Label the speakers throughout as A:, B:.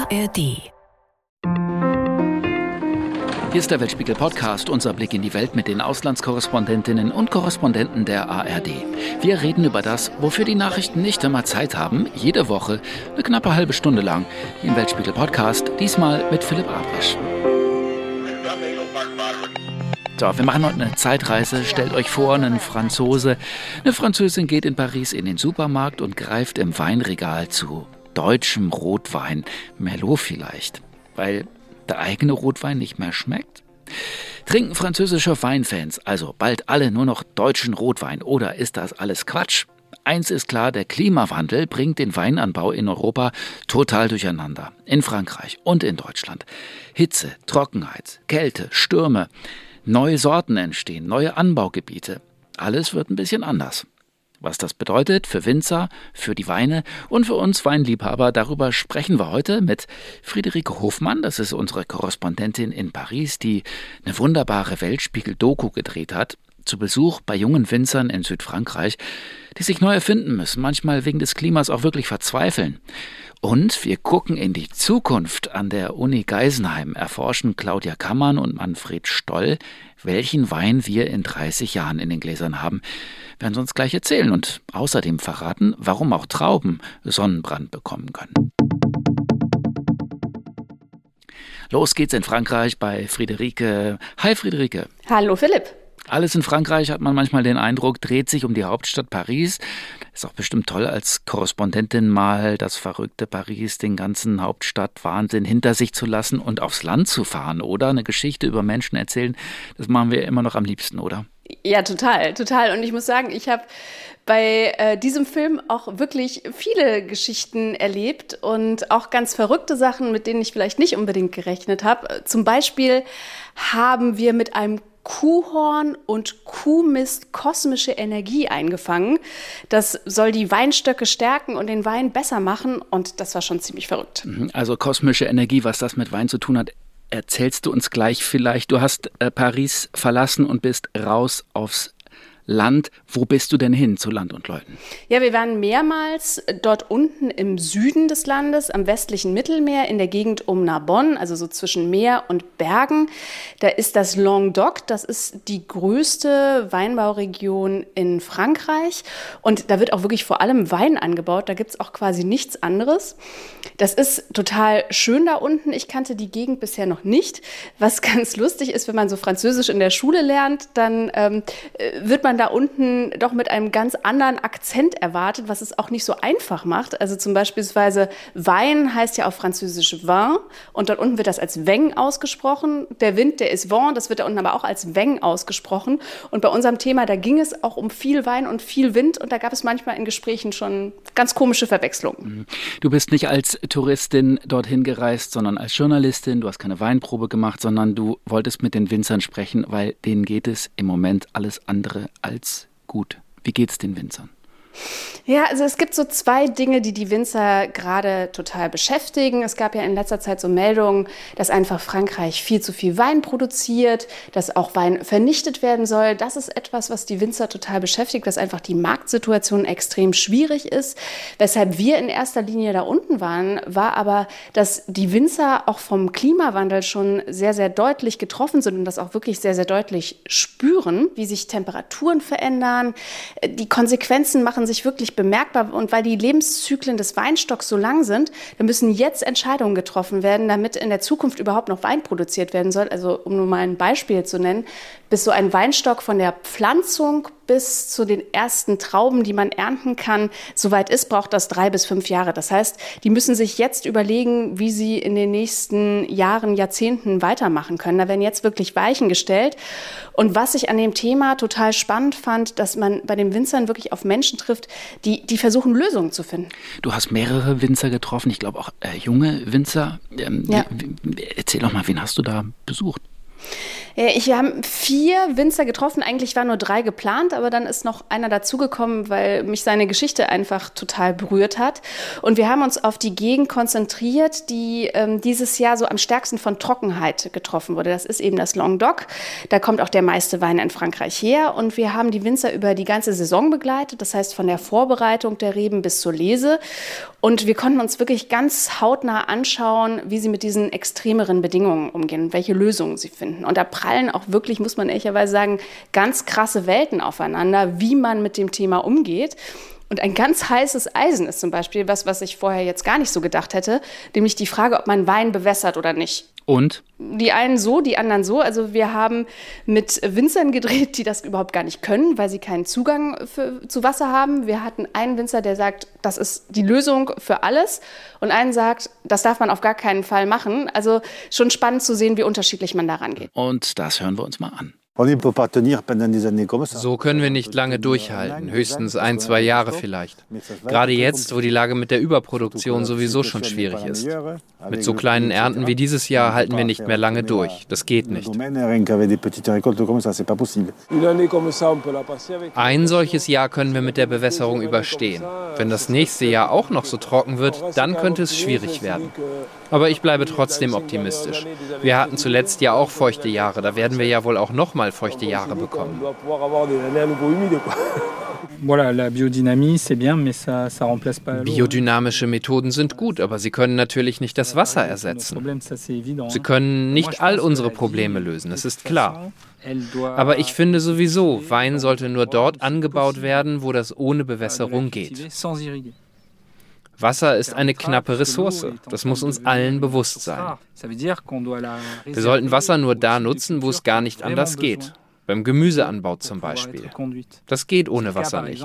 A: ARD. Hier ist der Weltspiegel-Podcast, unser Blick in die Welt mit den Auslandskorrespondentinnen und Korrespondenten der ARD. Wir reden über das, wofür die Nachrichten nicht immer Zeit haben, jede Woche, eine knappe halbe Stunde lang, hier im Weltspiegel-Podcast, diesmal mit Philipp Abrisch. So, wir machen heute eine Zeitreise. Stellt euch vor, ein Franzose, eine Französin geht in Paris in den Supermarkt und greift im Weinregal zu deutschem Rotwein, Merlot vielleicht, weil der eigene Rotwein nicht mehr schmeckt? Trinken französische Weinfans also bald alle nur noch deutschen Rotwein oder ist das alles Quatsch? Eins ist klar, der Klimawandel bringt den Weinanbau in Europa total durcheinander. In Frankreich und in Deutschland. Hitze, Trockenheit, Kälte, Stürme, neue Sorten entstehen, neue Anbaugebiete. Alles wird ein bisschen anders. Was das bedeutet für Winzer, für die Weine und für uns Weinliebhaber, darüber sprechen wir heute mit Friederike Hofmann. Das ist unsere Korrespondentin in Paris, die eine wunderbare Weltspiegel-Doku gedreht hat. Zu Besuch bei jungen Winzern in Südfrankreich, die sich neu erfinden müssen, manchmal wegen des Klimas auch wirklich verzweifeln. Und wir gucken in die Zukunft. An der Uni Geisenheim erforschen Claudia Kammann und Manfred Stoll, welchen Wein wir in 30 Jahren in den Gläsern haben. Werden sie uns gleich erzählen und außerdem verraten, warum auch Trauben Sonnenbrand bekommen können. Los geht's in Frankreich bei Friederike. Hi Friederike.
B: Hallo Philipp.
A: Alles in Frankreich, hat man manchmal den Eindruck, dreht sich um die Hauptstadt Paris. Ist auch bestimmt toll, als Korrespondentin mal das verrückte Paris, den ganzen Hauptstadtwahnsinn hinter sich zu lassen und aufs Land zu fahren, oder? Eine Geschichte über Menschen erzählen, das machen wir immer noch am liebsten, oder?
B: Ja, total. Und ich muss sagen, ich habe bei diesem Film auch wirklich viele Geschichten erlebt und auch ganz verrückte Sachen, mit denen ich vielleicht nicht unbedingt gerechnet habe. Zum Beispiel haben wir mit einem Kuhhorn und Kuhmist kosmische Energie eingefangen. Das soll die Weinstöcke stärken und den Wein besser machen und das war schon ziemlich verrückt.
A: Also kosmische Energie, was das mit Wein zu tun hat, erzählst du uns gleich vielleicht. Du hast Paris verlassen und bist raus aufs Land. Wo bist du denn hin zu Land und Leuten?
B: Ja, wir waren mehrmals dort unten im Süden des Landes, am westlichen Mittelmeer, in der Gegend um Narbonne, also so zwischen Meer und Bergen. Da ist das Languedoc, das ist die größte Weinbauregion in Frankreich. Und da wird auch wirklich vor allem Wein angebaut, da gibt es auch quasi nichts anderes. Das ist total schön da unten. Ich kannte die Gegend bisher noch nicht. Was ganz lustig ist, wenn man so Französisch in der Schule lernt, dann wird man da unten doch mit einem ganz anderen Akzent erwartet, was es auch nicht so einfach macht. Also zum Beispielsweise Wein heißt ja auf Französisch Vin und dort unten wird das als Vin ausgesprochen. Der Wind, der ist Vent, das wird da unten aber auch als Vin ausgesprochen. Und bei unserem Thema, da ging es auch um viel Wein und viel Wind und da gab es manchmal in Gesprächen schon ganz komische Verwechslungen.
A: Du bist nicht als Touristin dorthin gereist, sondern als Journalistin. Du hast keine Weinprobe gemacht, sondern du wolltest mit den Winzern sprechen, weil denen geht es im Moment alles andere als gut. Wie geht's den Winzern?
B: Ja, also es gibt so zwei Dinge, die die Winzer gerade total beschäftigen. Es gab ja in letzter Zeit so Meldungen, dass einfach Frankreich viel zu viel Wein produziert, dass auch Wein vernichtet werden soll. Das ist etwas, was die Winzer total beschäftigt, dass einfach die Marktsituation extrem schwierig ist. Weshalb wir in erster Linie da unten waren, war aber, dass die Winzer auch vom Klimawandel schon sehr, sehr deutlich getroffen sind und das auch wirklich sehr, sehr deutlich spüren, wie sich Temperaturen verändern. Die Konsequenzen machen sich wirklich bemerkbar und weil die Lebenszyklen des Weinstocks so lang sind, da müssen jetzt Entscheidungen getroffen werden, damit in der Zukunft überhaupt noch Wein produziert werden soll. Also um nur mal ein Beispiel zu nennen, bis so ein Weinstock von der Pflanzung bis zu den ersten Trauben, die man ernten kann, soweit ist, braucht das 3 bis 5 Jahre. Das heißt, die müssen sich jetzt überlegen, wie sie in den nächsten Jahren, Jahrzehnten weitermachen können. Da werden jetzt wirklich Weichen gestellt. Und was ich an dem Thema total spannend fand, dass man bei den Winzern wirklich auf Menschen trifft, die versuchen, Lösungen zu finden.
A: Du hast mehrere Winzer getroffen, ich glaube auch junge Winzer.
B: Ja.
A: Erzähl doch mal, wen hast du da besucht?
B: Wir haben 4 Winzer getroffen. Eigentlich waren nur 3 geplant, aber dann ist noch einer dazugekommen, weil mich seine Geschichte einfach total berührt hat. Und wir haben uns auf die Gegend konzentriert, die dieses Jahr so am stärksten von Trockenheit getroffen wurde. Das ist eben das Languedoc. Da kommt auch der meiste Wein in Frankreich her. Und wir haben die Winzer über die ganze Saison begleitet. Das heißt, von der Vorbereitung der Reben bis zur Lese. Und wir konnten uns wirklich ganz hautnah anschauen, wie sie mit diesen extremeren Bedingungen umgehen und welche Lösungen sie finden. Und da prallen auch wirklich, muss man ehrlicherweise sagen, ganz krasse Welten aufeinander, wie man mit dem Thema umgeht. Und ein ganz heißes Eisen ist zum Beispiel was ich vorher jetzt gar nicht so gedacht hätte, nämlich die Frage, ob man Wein bewässert oder nicht.
A: Und?
B: Die einen so, die anderen so. Also wir haben mit Winzern gedreht, die das überhaupt gar nicht können, weil sie keinen Zugang zu Wasser haben. Wir hatten einen Winzer, der sagt, das ist die Lösung für alles. Und einen sagt, das darf man auf gar keinen Fall machen. Also schon spannend zu sehen, wie unterschiedlich man daran geht.
A: Und das hören wir uns mal an.
C: So können wir nicht lange durchhalten, höchstens 1-2 Jahre vielleicht. Gerade jetzt, wo die Lage mit der Überproduktion sowieso schon schwierig ist. Mit so kleinen Ernten wie dieses Jahr halten wir nicht mehr lange durch. Das geht nicht. Ein solches Jahr können wir mit der Bewässerung überstehen. Wenn das nächste Jahr auch noch so trocken wird, dann könnte es schwierig werden. Aber ich bleibe trotzdem optimistisch. Wir hatten zuletzt ja auch feuchte Jahre, da werden wir ja wohl auch noch mal feuchte Jahre bekommen. Biodynamische Methoden sind gut, aber sie können natürlich nicht das Wasser ersetzen. Sie können nicht all unsere Probleme lösen, das ist klar. Aber ich finde sowieso, Wein sollte nur dort angebaut werden, wo das ohne Bewässerung geht. Wasser ist eine knappe Ressource. Das muss uns allen bewusst sein. Wir sollten Wasser nur da nutzen, wo es gar nicht anders geht. Beim Gemüseanbau zum Beispiel. Das geht ohne Wasser nicht.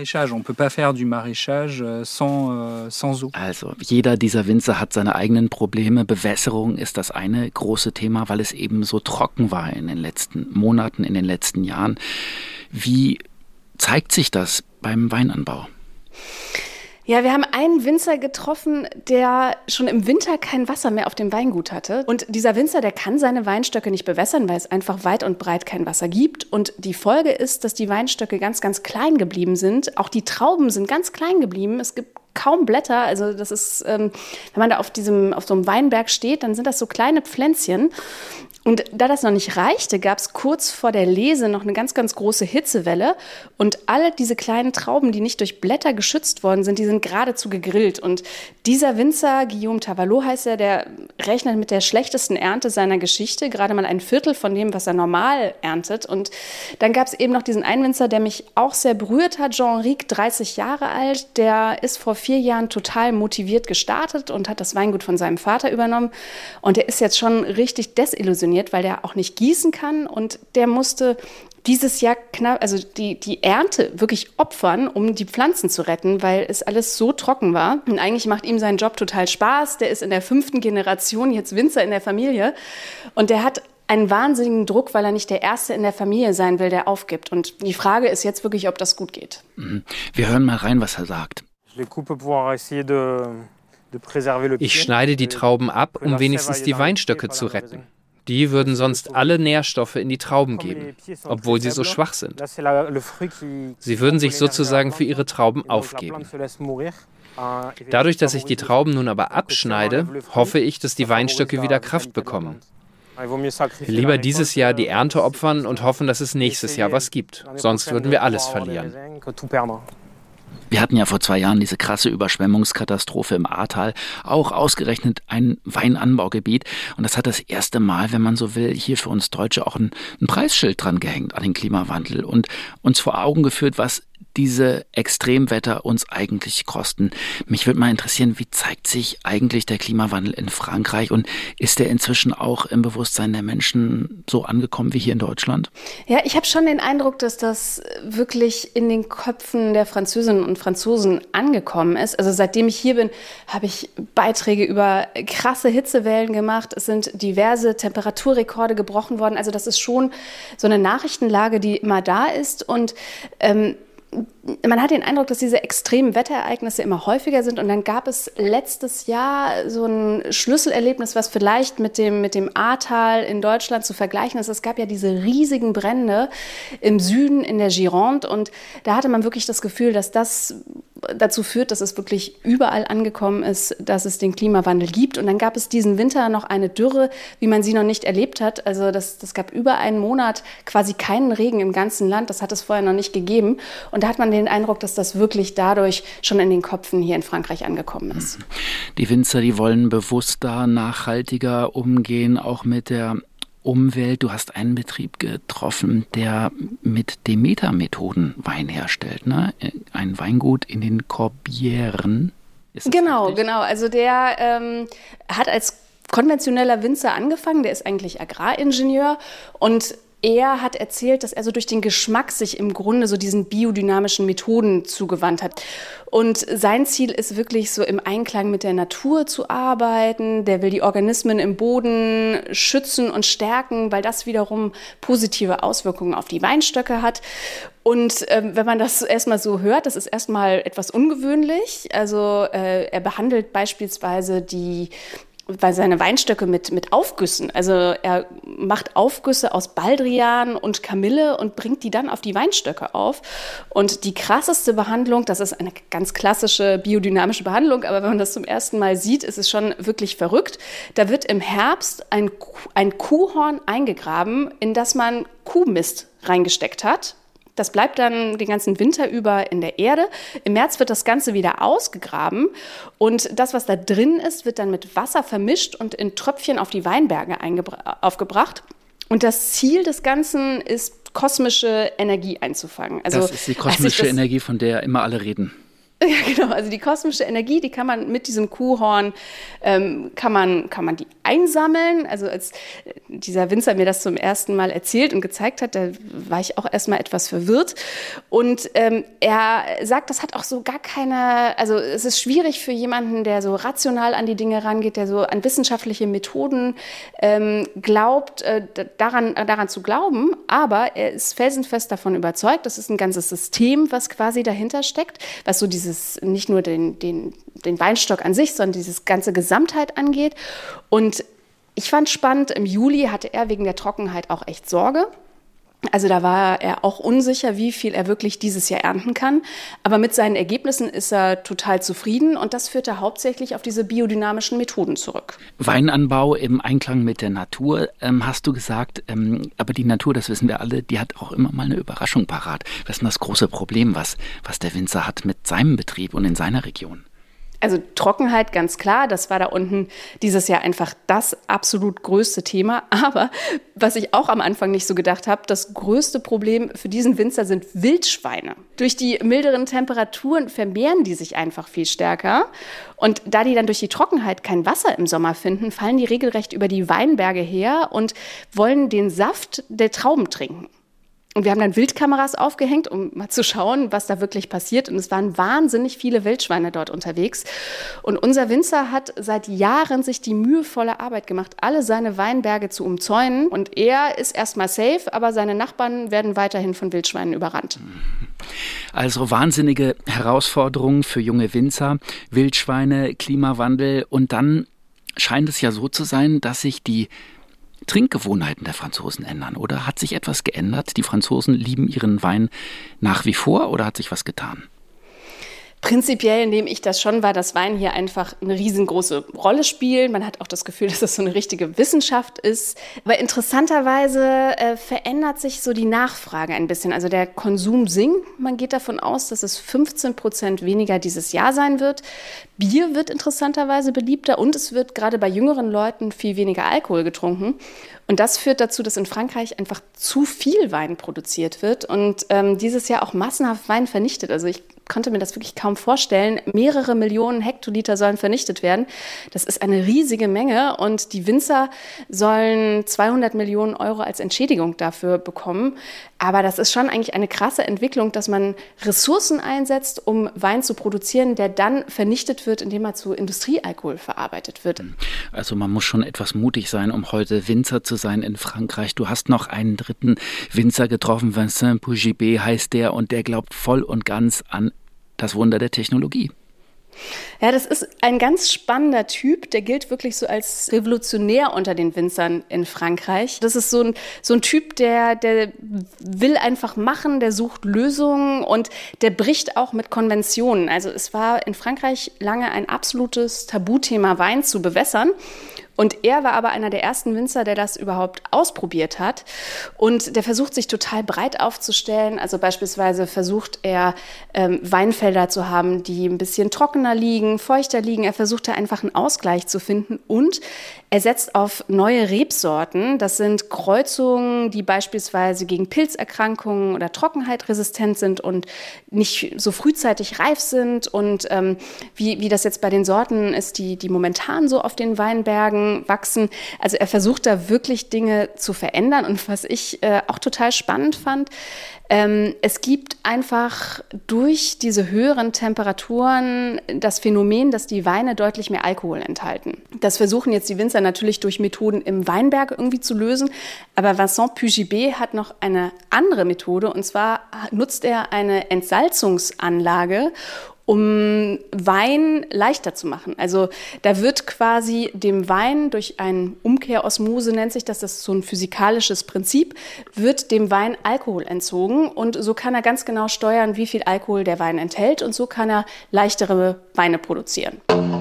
A: Also, jeder dieser Winzer hat seine eigenen Probleme. Bewässerung ist das eine große Thema, weil es eben so trocken war in den letzten Monaten, in den letzten Jahren. Wie zeigt sich das beim Weinanbau?
B: Ja, wir haben einen Winzer getroffen, der schon im Winter kein Wasser mehr auf dem Weingut hatte. Und dieser Winzer, der kann seine Weinstöcke nicht bewässern, weil es einfach weit und breit kein Wasser gibt. Und die Folge ist, dass die Weinstöcke ganz, ganz klein geblieben sind. Auch die Trauben sind ganz klein geblieben. Es gibt kaum Blätter. Also das ist, wenn man da auf so einem Weinberg steht, dann sind das so kleine Pflänzchen. Und da das noch nicht reichte, gab es kurz vor der Lese noch eine ganz, ganz große Hitzewelle. Und alle diese kleinen Trauben, die nicht durch Blätter geschützt worden sind, die sind geradezu gegrillt. Und dieser Winzer, Guillaume Tavalot heißt er, der rechnet mit der schlechtesten Ernte seiner Geschichte. Gerade mal 1/4 von dem, was er normal erntet. Und dann gab es eben noch diesen einen Winzer, der mich auch sehr berührt hat. Jean-Ric, 30 Jahre alt. Der ist vor 4 Jahren total motiviert gestartet und hat das Weingut von seinem Vater übernommen. Und der ist jetzt schon richtig desillusioniert, weil der auch nicht gießen kann und der musste dieses Jahr die Ernte wirklich opfern, um die Pflanzen zu retten, weil es alles so trocken war. Und eigentlich macht ihm sein Job total Spaß. Der ist in der 5. Generation jetzt Winzer in der Familie und der hat einen wahnsinnigen Druck, weil er nicht der Erste in der Familie sein will, der aufgibt. Und die Frage ist jetzt wirklich, ob das gut geht.
A: Wir hören mal rein, was er sagt.
C: Ich schneide die Trauben ab, um wenigstens die Weinstöcke zu retten. Die würden sonst alle Nährstoffe in die Trauben geben, obwohl sie so schwach sind. Sie würden sich sozusagen für ihre Trauben aufgeben. Dadurch, dass ich die Trauben nun aber abschneide, hoffe ich, dass die Weinstöcke wieder Kraft bekommen. Lieber dieses Jahr die Ernte opfern und hoffen, dass es nächstes Jahr was gibt. Sonst würden wir alles verlieren.
A: Wir hatten ja vor 2 Jahren diese krasse Überschwemmungskatastrophe im Ahrtal, auch ausgerechnet ein Weinanbaugebiet. Und das hat das erste Mal, wenn man so will, hier für uns Deutsche auch ein Preisschild dran gehängt an den Klimawandel und uns vor Augen geführt, was diese Extremwetter uns eigentlich kosten. Mich würde mal interessieren, wie zeigt sich eigentlich der Klimawandel in Frankreich und ist der inzwischen auch im Bewusstsein der Menschen so angekommen wie hier in Deutschland?
B: Ja, ich habe schon den Eindruck, dass das wirklich in den Köpfen der Französinnen und Franzosen angekommen ist. Also seitdem ich hier bin, habe ich Beiträge über krasse Hitzewellen gemacht. Es sind diverse Temperaturrekorde gebrochen worden. Also das ist schon so eine Nachrichtenlage, die immer da ist und man hat den Eindruck, dass diese extremen Wetterereignisse immer häufiger sind. Und dann gab es letztes Jahr so ein Schlüsselerlebnis, was vielleicht mit dem Ahrtal in Deutschland zu vergleichen ist. Es gab ja diese riesigen Brände im Süden in der Gironde. Und da hatte man wirklich das Gefühl, dass das dazu führt, dass es wirklich überall angekommen ist, dass es den Klimawandel gibt. Und dann gab es diesen Winter noch eine Dürre, wie man sie noch nicht erlebt hat. Also das gab über einen Monat quasi keinen Regen im ganzen Land. Das hat es vorher noch nicht gegeben. Und da hat man den Eindruck, dass das wirklich dadurch schon in den Köpfen hier in Frankreich angekommen ist.
A: Die Winzer, die wollen bewusster, nachhaltiger umgehen, auch mit der Umwelt. Du hast einen Betrieb getroffen, der mit Demeter-Methoden Wein herstellt, ne? Ein Weingut in den Corbières.
B: Genau. Also der hat als konventioneller Winzer angefangen. Der ist eigentlich Agraringenieur und er hat erzählt, dass er so durch den Geschmack sich im Grunde so diesen biodynamischen Methoden zugewandt hat. Und sein Ziel ist wirklich so im Einklang mit der Natur zu arbeiten. Der will die Organismen im Boden schützen und stärken, weil das wiederum positive Auswirkungen auf die Weinstöcke hat. Und wenn man das erstmal so hört, das ist erstmal etwas ungewöhnlich. Also er behandelt beispielsweise seine Weinstöcke mit Aufgüssen. Also er macht Aufgüsse aus Baldrian und Kamille und bringt die dann auf die Weinstöcke auf. Und die krasseste Behandlung, das ist eine ganz klassische biodynamische Behandlung, aber wenn man das zum ersten Mal sieht, ist es schon wirklich verrückt. Da wird im Herbst ein Kuhhorn eingegraben, in das man Kuhmist reingesteckt hat. Das bleibt dann den ganzen Winter über in der Erde. Im März wird das Ganze wieder ausgegraben und das, was da drin ist, wird dann mit Wasser vermischt und in Tröpfchen auf die Weinberge aufgebracht. Und das Ziel des Ganzen ist, kosmische Energie einzufangen. Also,
A: das ist die kosmische Energie, von der immer alle reden.
B: Ja, genau. Also die kosmische Energie, die kann man mit diesem Kuhhorn, kann man die einsammeln. Also als dieser Winzer mir das zum ersten Mal erzählt und gezeigt hat, da war ich auch erstmal etwas verwirrt. Und er sagt, das hat auch so gar keine, also es ist schwierig für jemanden, der so rational an die Dinge rangeht, der so an wissenschaftliche Methoden glaubt, daran zu glauben. Aber er ist felsenfest davon überzeugt, das ist ein ganzes System, was quasi dahinter steckt, was so nicht nur den Weinstock an sich, sondern dieses ganze Gesamtheit angeht. Und ich fand spannend, im Juli hatte er wegen der Trockenheit auch echt Sorge. Also da war er auch unsicher, wie viel er wirklich dieses Jahr ernten kann. Aber mit seinen Ergebnissen ist er total zufrieden und das führt er hauptsächlich auf diese biodynamischen Methoden zurück.
A: Weinanbau im Einklang mit der Natur, hast du gesagt. Aber die Natur, das wissen wir alle, die hat auch immer mal eine Überraschung parat. Was ist denn das große Problem, was der Winzer hat mit seinem Betrieb und in seiner Region?
B: Also Trockenheit, ganz klar, das war da unten dieses Jahr einfach das absolut größte Thema. Aber was ich auch am Anfang nicht so gedacht habe, das größte Problem für diesen Winzer sind Wildschweine. Durch die milderen Temperaturen vermehren die sich einfach viel stärker. Und da die dann durch die Trockenheit kein Wasser im Sommer finden, fallen die regelrecht über die Weinberge her und wollen den Saft der Trauben trinken. Und wir haben dann Wildkameras aufgehängt, um mal zu schauen, was da wirklich passiert. Und es waren wahnsinnig viele Wildschweine dort unterwegs. Und unser Winzer hat seit Jahren sich die mühevolle Arbeit gemacht, alle seine Weinberge zu umzäunen. Und er ist erstmal safe, aber seine Nachbarn werden weiterhin von Wildschweinen überrannt.
A: Also wahnsinnige Herausforderungen für junge Winzer, Wildschweine, Klimawandel. Und dann scheint es ja so zu sein, dass sich die Trinkgewohnheiten der Franzosen ändern, oder hat sich etwas geändert? Die Franzosen lieben ihren Wein nach wie vor oder hat sich was getan?
B: Prinzipiell nehme ich das schon wahr, dass Wein hier einfach eine riesengroße Rolle spielt. Man hat auch das Gefühl, dass es so eine richtige Wissenschaft ist. Aber interessanterweise verändert sich so die Nachfrage ein bisschen. Also der Konsum sinkt. Man geht davon aus, dass es 15% weniger dieses Jahr sein wird. Bier wird interessanterweise beliebter und es wird gerade bei jüngeren Leuten viel weniger Alkohol getrunken. Und das führt dazu, dass in Frankreich einfach zu viel Wein produziert wird und dieses Jahr auch massenhaft Wein vernichtet. Also ich konnte mir das wirklich kaum vorstellen. Mehrere Millionen Hektoliter sollen vernichtet werden. Das ist eine riesige Menge und die Winzer sollen 200 Millionen Euro als Entschädigung dafür bekommen. Aber das ist schon eigentlich eine krasse Entwicklung, dass man Ressourcen einsetzt, um Wein zu produzieren, der dann vernichtet wird, indem er zu Industriealkohol verarbeitet wird.
A: Also man muss schon etwas mutig sein, um heute Winzer zu sein in Frankreich. Du hast noch einen dritten Winzer getroffen, Vincent Pougibet heißt der, und der glaubt voll und ganz an das Wunder der Technologie.
B: Ja, das ist ein ganz spannender Typ, der gilt wirklich so als revolutionär unter den Winzern in Frankreich. Das ist so ein Typ, der will einfach machen, der sucht Lösungen und der bricht auch mit Konventionen. Also es war in Frankreich lange ein absolutes Tabuthema, Wein zu bewässern. Und er war aber einer der ersten Winzer, der das überhaupt ausprobiert hat. Und der versucht, sich total breit aufzustellen. Also beispielsweise versucht er, Weinfelder zu haben, die ein bisschen trockener liegen, feuchter liegen. Er versucht da einfach einen Ausgleich zu finden. Und er setzt auf neue Rebsorten. Das sind Kreuzungen, die beispielsweise gegen Pilzerkrankungen oder Trockenheit resistent sind und nicht so frühzeitig reif sind. Und wie das jetzt bei den Sorten ist, die momentan so auf den Weinbergen wachsen. Also er versucht da wirklich Dinge zu verändern. Und was ich auch total spannend fand, es gibt einfach durch diese höheren Temperaturen das Phänomen, dass die Weine deutlich mehr Alkohol enthalten. Das versuchen jetzt die Winzer natürlich durch Methoden im Weinberg irgendwie zu lösen. Aber Vincent Pougibet hat noch eine andere Methode. Und zwar nutzt er eine Entsalzungsanlage, um Wein leichter zu machen. Also da wird quasi dem Wein durch eine Umkehrosmose, nennt sich das, das ist so ein physikalisches Prinzip, wird dem Wein Alkohol entzogen und so kann er ganz genau steuern, wie viel Alkohol der Wein enthält und so kann er leichtere Weine produzieren.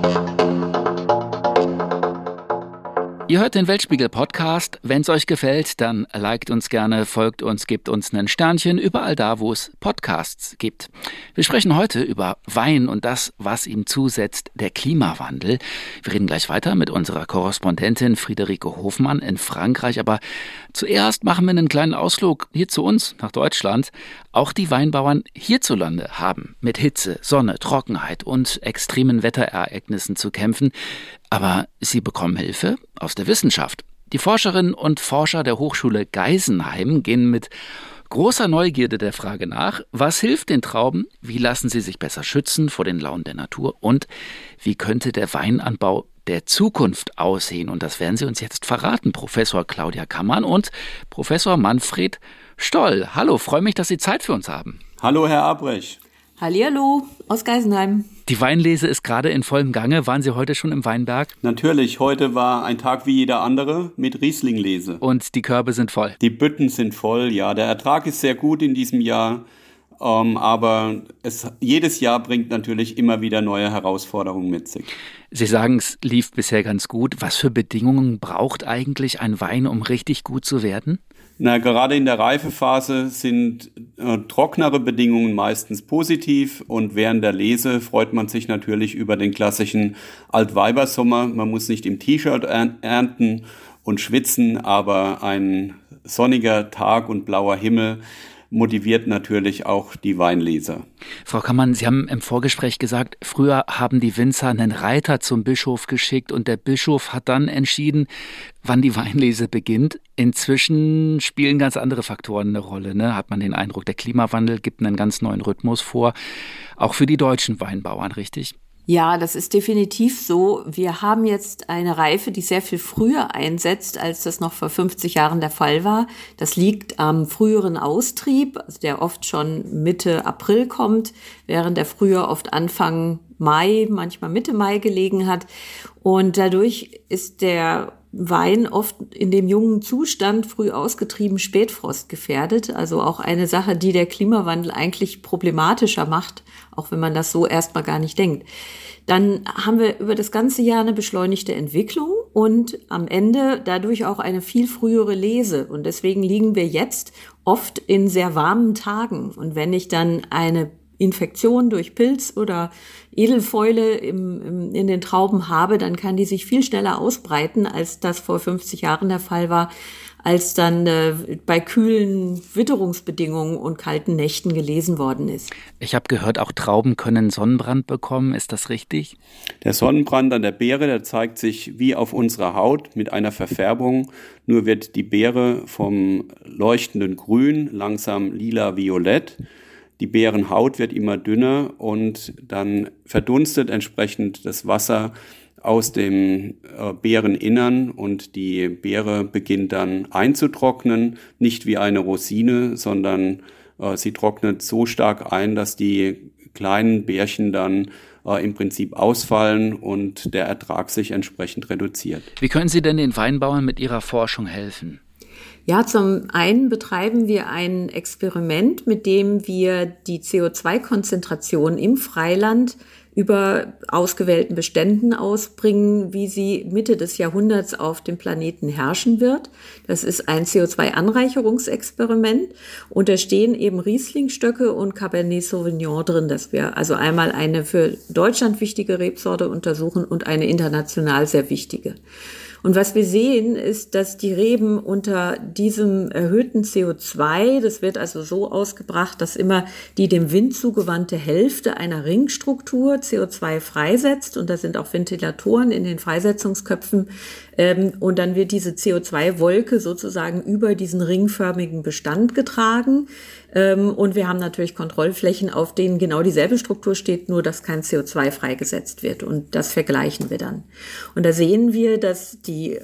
A: Ihr hört den Weltspiegel-Podcast. Wenn es euch gefällt, dann liked uns gerne, folgt uns, gebt uns ein Sternchen, überall da, wo es Podcasts gibt. Wir sprechen heute über Wein und das, was ihm zusetzt, der Klimawandel. Wir reden gleich weiter mit unserer Korrespondentin Friederike Hofmann in Frankreich. Aber zuerst machen wir einen kleinen Ausflug hier zu uns, nach Deutschland. Auch die Weinbauern hierzulande haben mit Hitze, Sonne, Trockenheit und extremen Wetterereignissen zu kämpfen. Aber sie bekommen Hilfe aus der Wissenschaft. Die Forscherinnen und Forscher der Hochschule Geisenheim gehen mit großer Neugierde der Frage nach, was hilft den Trauben, wie lassen sie sich besser schützen vor den Launen der Natur und wie könnte der Weinanbau der Zukunft aussehen. Und das werden sie uns jetzt verraten, Professor Claudia Kammann und Professor Manfred Stoll. Hallo, freue mich, dass Sie Zeit für uns haben.
D: Hallo, Herr Abrecht.
E: Hallihallo aus Geisenheim.
A: Die Weinlese ist gerade in vollem Gange. Waren Sie heute schon im Weinberg?
D: Natürlich, heute war ein Tag wie jeder andere mit Rieslinglese.
A: Und die Körbe sind voll?
D: Die Bütten sind voll, ja. Der Ertrag ist sehr gut in diesem Jahr, aber jedes Jahr bringt natürlich immer wieder neue Herausforderungen mit sich.
A: Sie sagen, es lief bisher ganz gut. Was für Bedingungen braucht eigentlich ein Wein, um richtig gut zu werden?
D: Na, gerade in der Reifephase sind trocknere Bedingungen meistens positiv und während der Lese freut man sich natürlich über den klassischen Altweibersommer. Man muss nicht im T-Shirt ernten und schwitzen, aber ein sonniger Tag und blauer Himmel motiviert natürlich auch die Weinleser.
A: Frau Kammann, Sie haben im Vorgespräch gesagt, früher haben die Winzer einen Reiter zum Bischof geschickt und der Bischof hat dann entschieden, wann die Weinlese beginnt. Inzwischen spielen ganz andere Faktoren eine Rolle, ne? Hat man den Eindruck, der Klimawandel gibt einen ganz neuen Rhythmus vor, auch für die deutschen Weinbauern, richtig?
E: Ja, das ist definitiv so. Wir haben jetzt eine Reife, die sehr viel früher einsetzt, als das noch vor 50 Jahren der Fall war. Das liegt am früheren Austrieb, also der oft schon Mitte April kommt, während der früher oft Anfang Mai, manchmal Mitte Mai gelegen hat. Und dadurch ist der Wein oft in dem jungen Zustand früh ausgetrieben Spätfrost gefährdet. Also auch eine Sache, die der Klimawandel eigentlich problematischer macht, auch wenn man das so erstmal gar nicht denkt. Dann haben wir über das ganze Jahr eine beschleunigte Entwicklung und am Ende dadurch auch eine viel frühere Lese. Und deswegen liegen wir jetzt oft in sehr warmen Tagen. Und wenn ich dann eine Infektion durch Pilz oder Edelfäule in den Trauben habe, dann kann die sich viel schneller ausbreiten, als das vor 50 Jahren der Fall war, als dann bei kühlen Witterungsbedingungen und kalten Nächten gelesen worden ist.
A: Ich habe gehört, auch Trauben können Sonnenbrand bekommen. Ist das richtig?
D: Der Sonnenbrand an der Beere, der zeigt sich wie auf unserer Haut mit einer Verfärbung. Nur wird die Beere vom leuchtenden Grün langsam lila-violett. Die Beerenhaut wird immer dünner und dann verdunstet entsprechend das Wasser aus dem Beereninnern und die Beere beginnt dann einzutrocknen, nicht wie eine Rosine, sondern sie trocknet so stark ein, dass die kleinen Beerchen dann im Prinzip ausfallen und der Ertrag sich entsprechend reduziert.
A: Wie können Sie denn den Weinbauern mit Ihrer Forschung helfen?
E: Ja, zum einen betreiben wir ein Experiment, mit dem wir die CO2-Konzentration im Freiland über ausgewählten Beständen ausbringen, wie sie Mitte des Jahrhunderts auf dem Planeten herrschen wird. Das ist ein CO2-Anreicherungsexperiment und da stehen eben Rieslingstöcke und Cabernet Sauvignon drin, dass wir also einmal eine für Deutschland wichtige Rebsorte untersuchen und eine international sehr wichtige. Und was wir sehen, ist, dass die Reben unter diesem erhöhten CO2, das wird also so ausgebracht, dass immer die dem Wind zugewandte Hälfte einer Ringstruktur CO2 freisetzt. Und da sind auch Ventilatoren in den Freisetzungsköpfen. Und dann wird diese CO2-Wolke sozusagen über diesen ringförmigen Bestand getragen. Und wir haben natürlich Kontrollflächen, auf denen genau dieselbe Struktur steht, nur dass kein CO2 freigesetzt wird. Und das vergleichen wir dann. Und da sehen wir, dass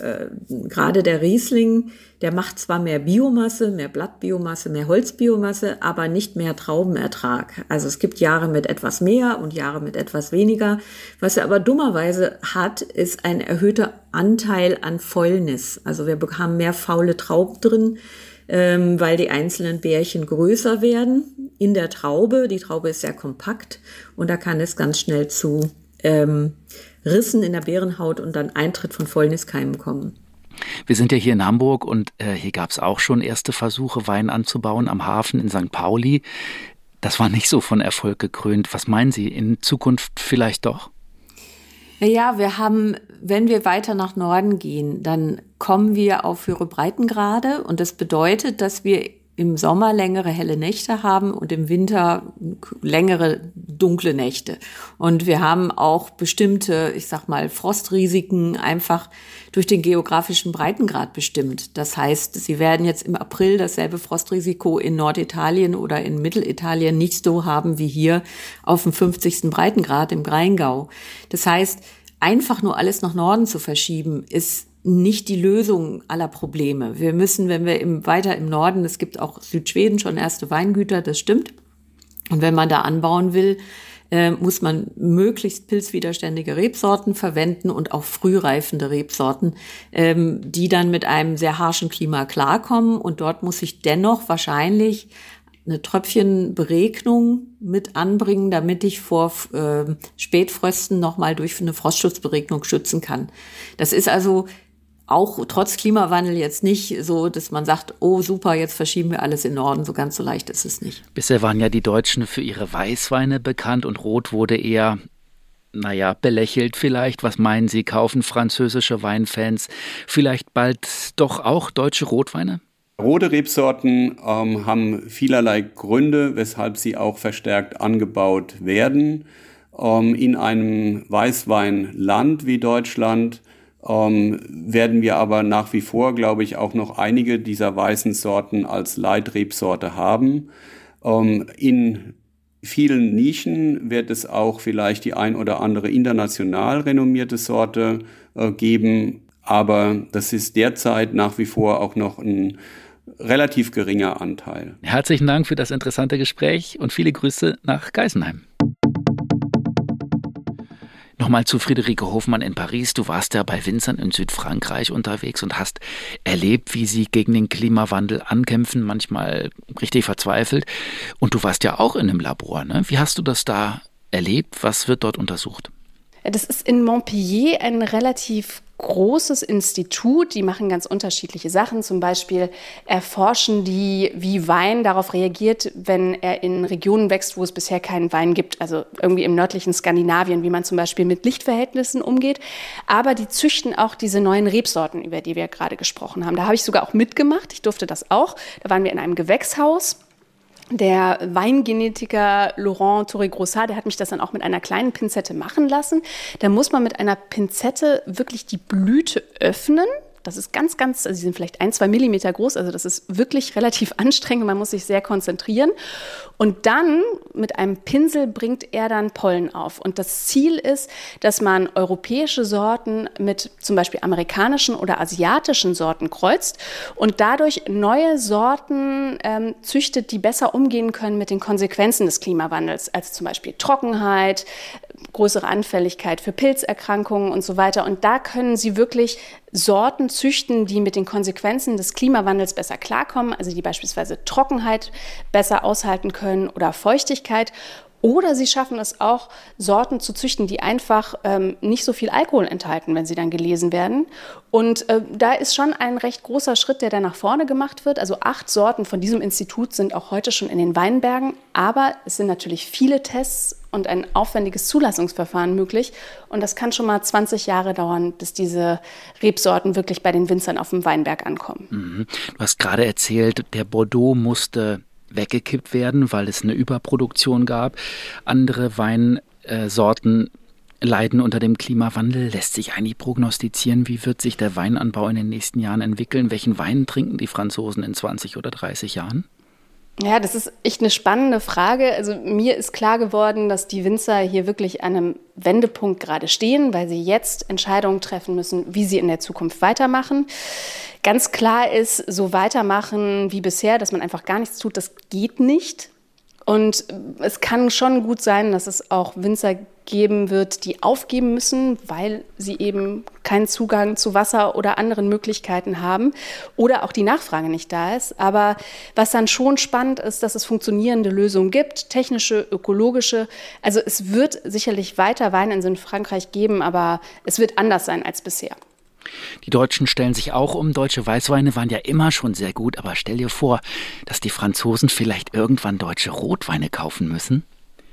E: gerade der Riesling, der macht zwar mehr Biomasse, mehr Blattbiomasse, mehr Holzbiomasse, aber nicht mehr Traubenertrag. Also es gibt Jahre mit etwas mehr und Jahre mit etwas weniger. Was er aber dummerweise hat, ist ein erhöhter Anteil an Fäulnis. Also wir haben mehr faule Trauben drin, weil die einzelnen Beerchen größer werden in der Traube. Die Traube ist sehr kompakt und da kann es ganz schnell zu Rissen in der Beerenhaut und dann Eintritt von Fäulniskeimen kommen.
A: Wir sind ja hier in Hamburg und hier gab es auch schon erste Versuche, Wein anzubauen am Hafen in St. Pauli. Das war nicht so von Erfolg gekrönt. Was meinen Sie, in Zukunft vielleicht doch?
E: Ja, wir haben, wenn wir weiter nach Norden gehen, dann kommen wir auf höhere Breitengrade und das bedeutet, dass wir im Sommer längere helle Nächte haben und im Winter längere dunkle Nächte. Und wir haben auch bestimmte, ich sag mal, Frostrisiken einfach durch den geografischen Breitengrad bestimmt. Das heißt, Sie werden jetzt im April dasselbe Frostrisiko in Norditalien oder in Mittelitalien nicht so haben wie hier auf dem 50. Breitengrad im Rheingau. Das heißt, einfach nur alles nach Norden zu verschieben, ist nicht die Lösung aller Probleme. Wir müssen, wenn wir weiter im Norden, es gibt auch Südschweden schon erste Weingüter, das stimmt. Und wenn man da anbauen will, muss man möglichst pilzwiderständige Rebsorten verwenden und auch frühreifende Rebsorten, die dann mit einem sehr harschen Klima klarkommen. Und dort muss ich dennoch wahrscheinlich eine Tröpfchenberegnung mit anbringen, damit ich vor Spätfrösten nochmal durch eine Frostschutzberegnung schützen kann. Das ist also auch trotz Klimawandel jetzt nicht so, dass man sagt, oh super, jetzt verschieben wir alles in Norden. So ganz so leicht ist es nicht.
A: Bisher waren ja die Deutschen für ihre Weißweine bekannt und Rot wurde eher, belächelt vielleicht. Was meinen Sie, kaufen französische Weinfans vielleicht bald doch auch deutsche Rotweine?
D: Rote Rebsorten haben vielerlei Gründe, weshalb sie auch verstärkt angebaut werden. In einem Weißweinland wie Deutschland werden wir aber nach wie vor, glaube ich, auch noch einige dieser weißen Sorten als Leitrebsorte haben. In vielen Nischen wird es auch vielleicht die ein oder andere international renommierte Sorte geben, aber das ist derzeit nach wie vor auch noch ein relativ geringer Anteil.
A: Herzlichen Dank für das interessante Gespräch und viele Grüße nach Geisenheim. Nochmal zu Friederike Hofmann in Paris. Du warst ja bei Winzern in Südfrankreich unterwegs und hast erlebt, wie sie gegen den Klimawandel ankämpfen, manchmal richtig verzweifelt. Und du warst ja auch in einem Labor, ne? Wie hast du das da erlebt? Was wird dort untersucht?
B: Das ist in Montpellier ein relativ großes Institut. Die machen ganz unterschiedliche Sachen. Zum Beispiel erforschen die, wie Wein darauf reagiert, wenn er in Regionen wächst, wo es bisher keinen Wein gibt. Also irgendwie im nördlichen Skandinavien, wie man zum Beispiel mit Lichtverhältnissen umgeht. Aber die züchten auch diese neuen Rebsorten, über die wir gerade gesprochen haben. Da habe ich sogar auch mitgemacht. Ich durfte das auch. Da waren wir in einem Gewächshaus. Der Weingenetiker Laurent Torré-Grossat, der hat mich das dann auch mit einer kleinen Pinzette machen lassen. Da muss man mit einer Pinzette wirklich die Blüte öffnen. Das ist ganz, also sie sind vielleicht 1-2 Millimeter groß, also das ist wirklich relativ anstrengend, man muss sich sehr konzentrieren. Und dann mit einem Pinsel bringt er dann Pollen auf. Und das Ziel ist, dass man europäische Sorten mit zum Beispiel amerikanischen oder asiatischen Sorten kreuzt und dadurch neue Sorten züchtet, die besser umgehen können mit den Konsequenzen des Klimawandels, als zum Beispiel Trockenheit, größere Anfälligkeit für Pilzerkrankungen und so weiter. Und da können sie wirklich Sorten züchten, die mit den Konsequenzen des Klimawandels besser klarkommen, also die beispielsweise Trockenheit besser aushalten können oder Feuchtigkeit. Oder sie schaffen es auch, Sorten zu züchten, die einfach nicht so viel Alkohol enthalten, wenn sie dann gelesen werden. Und da ist schon ein recht großer Schritt, der da nach vorne gemacht wird. Also 8 Sorten von diesem Institut sind auch heute schon in den Weinbergen. Aber es sind natürlich viele Tests und ein aufwendiges Zulassungsverfahren möglich. Und das kann schon mal 20 Jahre dauern, bis diese Rebsorten wirklich bei den Winzern auf dem Weinberg ankommen.
A: Mhm. Du hast gerade erzählt, der Bordeaux musste weggekippt werden, weil es eine Überproduktion gab. Andere Weinsorten leiden unter dem Klimawandel. Lässt sich eigentlich prognostizieren, wie wird sich der Weinanbau in den nächsten Jahren entwickeln? Welchen Wein trinken die Franzosen in 20 oder 30 Jahren?
B: Ja, das ist echt eine spannende Frage. Also mir ist klar geworden, dass die Winzer hier wirklich an einem Wendepunkt gerade stehen, weil sie jetzt Entscheidungen treffen müssen, wie sie in der Zukunft weitermachen. Ganz klar ist, so weitermachen wie bisher, dass man einfach gar nichts tut, das geht nicht. Und es kann schon gut sein, dass es auch Winzer geben wird, die aufgeben müssen, weil sie eben keinen Zugang zu Wasser oder anderen Möglichkeiten haben oder auch die Nachfrage nicht da ist. Aber was dann schon spannend ist, dass es funktionierende Lösungen gibt, technische, ökologische. Also es wird sicherlich weiter Wein in Frankreich geben, aber es wird anders sein als bisher.
A: Die Deutschen stellen sich auch um. Deutsche Weißweine waren ja immer schon sehr gut. Aber stell dir vor, dass die Franzosen vielleicht irgendwann deutsche Rotweine kaufen müssen.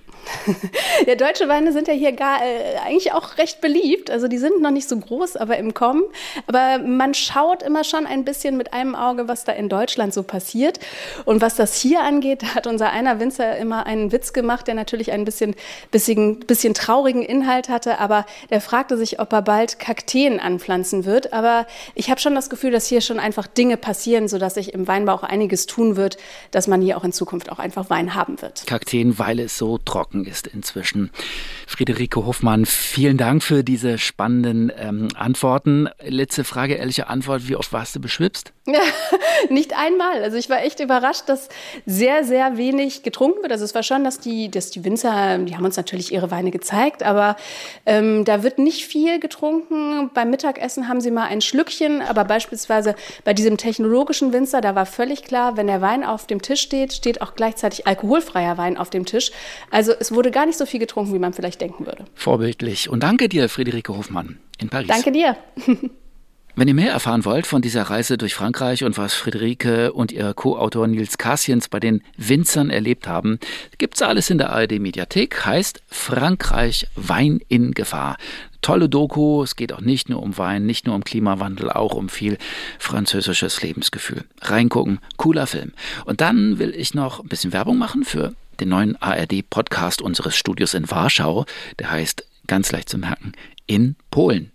B: Ja, deutsche Weine sind ja hier eigentlich auch recht beliebt. Also die sind noch nicht so groß, aber im Kommen. Aber man schaut immer schon ein bisschen mit einem Auge, was da in Deutschland so passiert. Und was das hier angeht, da hat unser einer Winzer immer einen Witz gemacht, der natürlich ein bisschen traurigen Inhalt hatte. Aber der fragte sich, ob er bald Kakteen anpflanzen wird. Aber ich habe schon das Gefühl, dass hier schon einfach Dinge passieren, sodass sich im Weinbau auch einiges tun wird, dass man hier auch in Zukunft auch einfach Wein haben wird.
A: Kakteen, weil es so trocken ist inzwischen. Friederike Hofmann, vielen Dank für diese spannenden Antworten. Letzte Frage, ehrliche Antwort, wie oft warst du beschwipst?
B: Ja, nicht einmal. Also ich war echt überrascht, dass sehr, sehr wenig getrunken wird. Also es war schon, dass die Winzer, die haben uns natürlich ihre Weine gezeigt, aber da wird nicht viel getrunken. Beim Mittagessen haben sie mal ein Schlückchen, aber beispielsweise bei diesem technologischen Winzer, da war völlig klar, wenn der Wein auf dem Tisch steht, steht auch gleichzeitig alkoholfreier Wein auf dem Tisch. Also es wurde gar nicht so viel getrunken, wie man vielleicht denken würde.
A: Vorbildlich. Und danke dir, Friederike Hofmann in Paris.
B: Danke dir.
A: Wenn ihr mehr erfahren wollt von dieser Reise durch Frankreich und was Friederike und ihr Co-Autor Nils Kassiens bei den Winzern erlebt haben, gibt's alles in der ARD-Mediathek, heißt Frankreich, Wein in Gefahr. Tolle Doku, es geht auch nicht nur um Wein, nicht nur um Klimawandel, auch um viel französisches Lebensgefühl. Reingucken, cooler Film. Und dann will ich noch ein bisschen Werbung machen für den neuen ARD-Podcast unseres Studios in Warschau. Der heißt, ganz leicht zu merken, in Polen.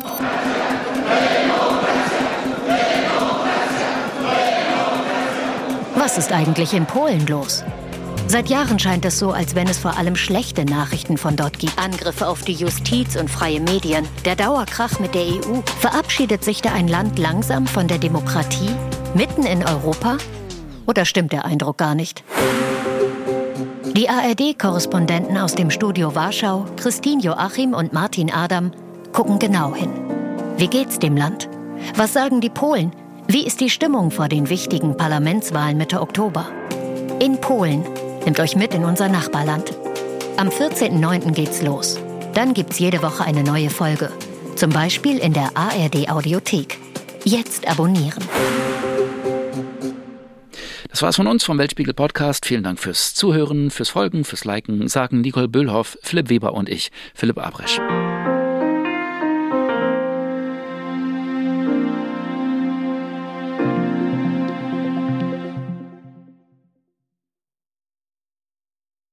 F: Was ist eigentlich in Polen los? Seit Jahren scheint es so, als wenn es vor allem schlechte Nachrichten von dort gibt. Angriffe auf die Justiz und freie Medien, der Dauerkrach mit der EU. Verabschiedet sich da ein Land langsam von der Demokratie? Mitten in Europa? Oder stimmt der Eindruck gar nicht? Die ARD-Korrespondenten aus dem Studio Warschau, Christine Joachim und Martin Adam, gucken genau hin. Wie geht's dem Land? Was sagen die Polen? Wie ist die Stimmung vor den wichtigen Parlamentswahlen Mitte Oktober? In Polen. Nehmt euch mit in unser Nachbarland. Am 14.09. geht's los. Dann gibt's jede Woche eine neue Folge. Zum Beispiel in der ARD-Audiothek. Jetzt abonnieren.
A: Das war's von uns vom Weltspiegel-Podcast. Vielen Dank fürs Zuhören, fürs Folgen, fürs Liken, sagen Nicole Böhlhoff, Philipp Weber und ich, Philipp Abresch.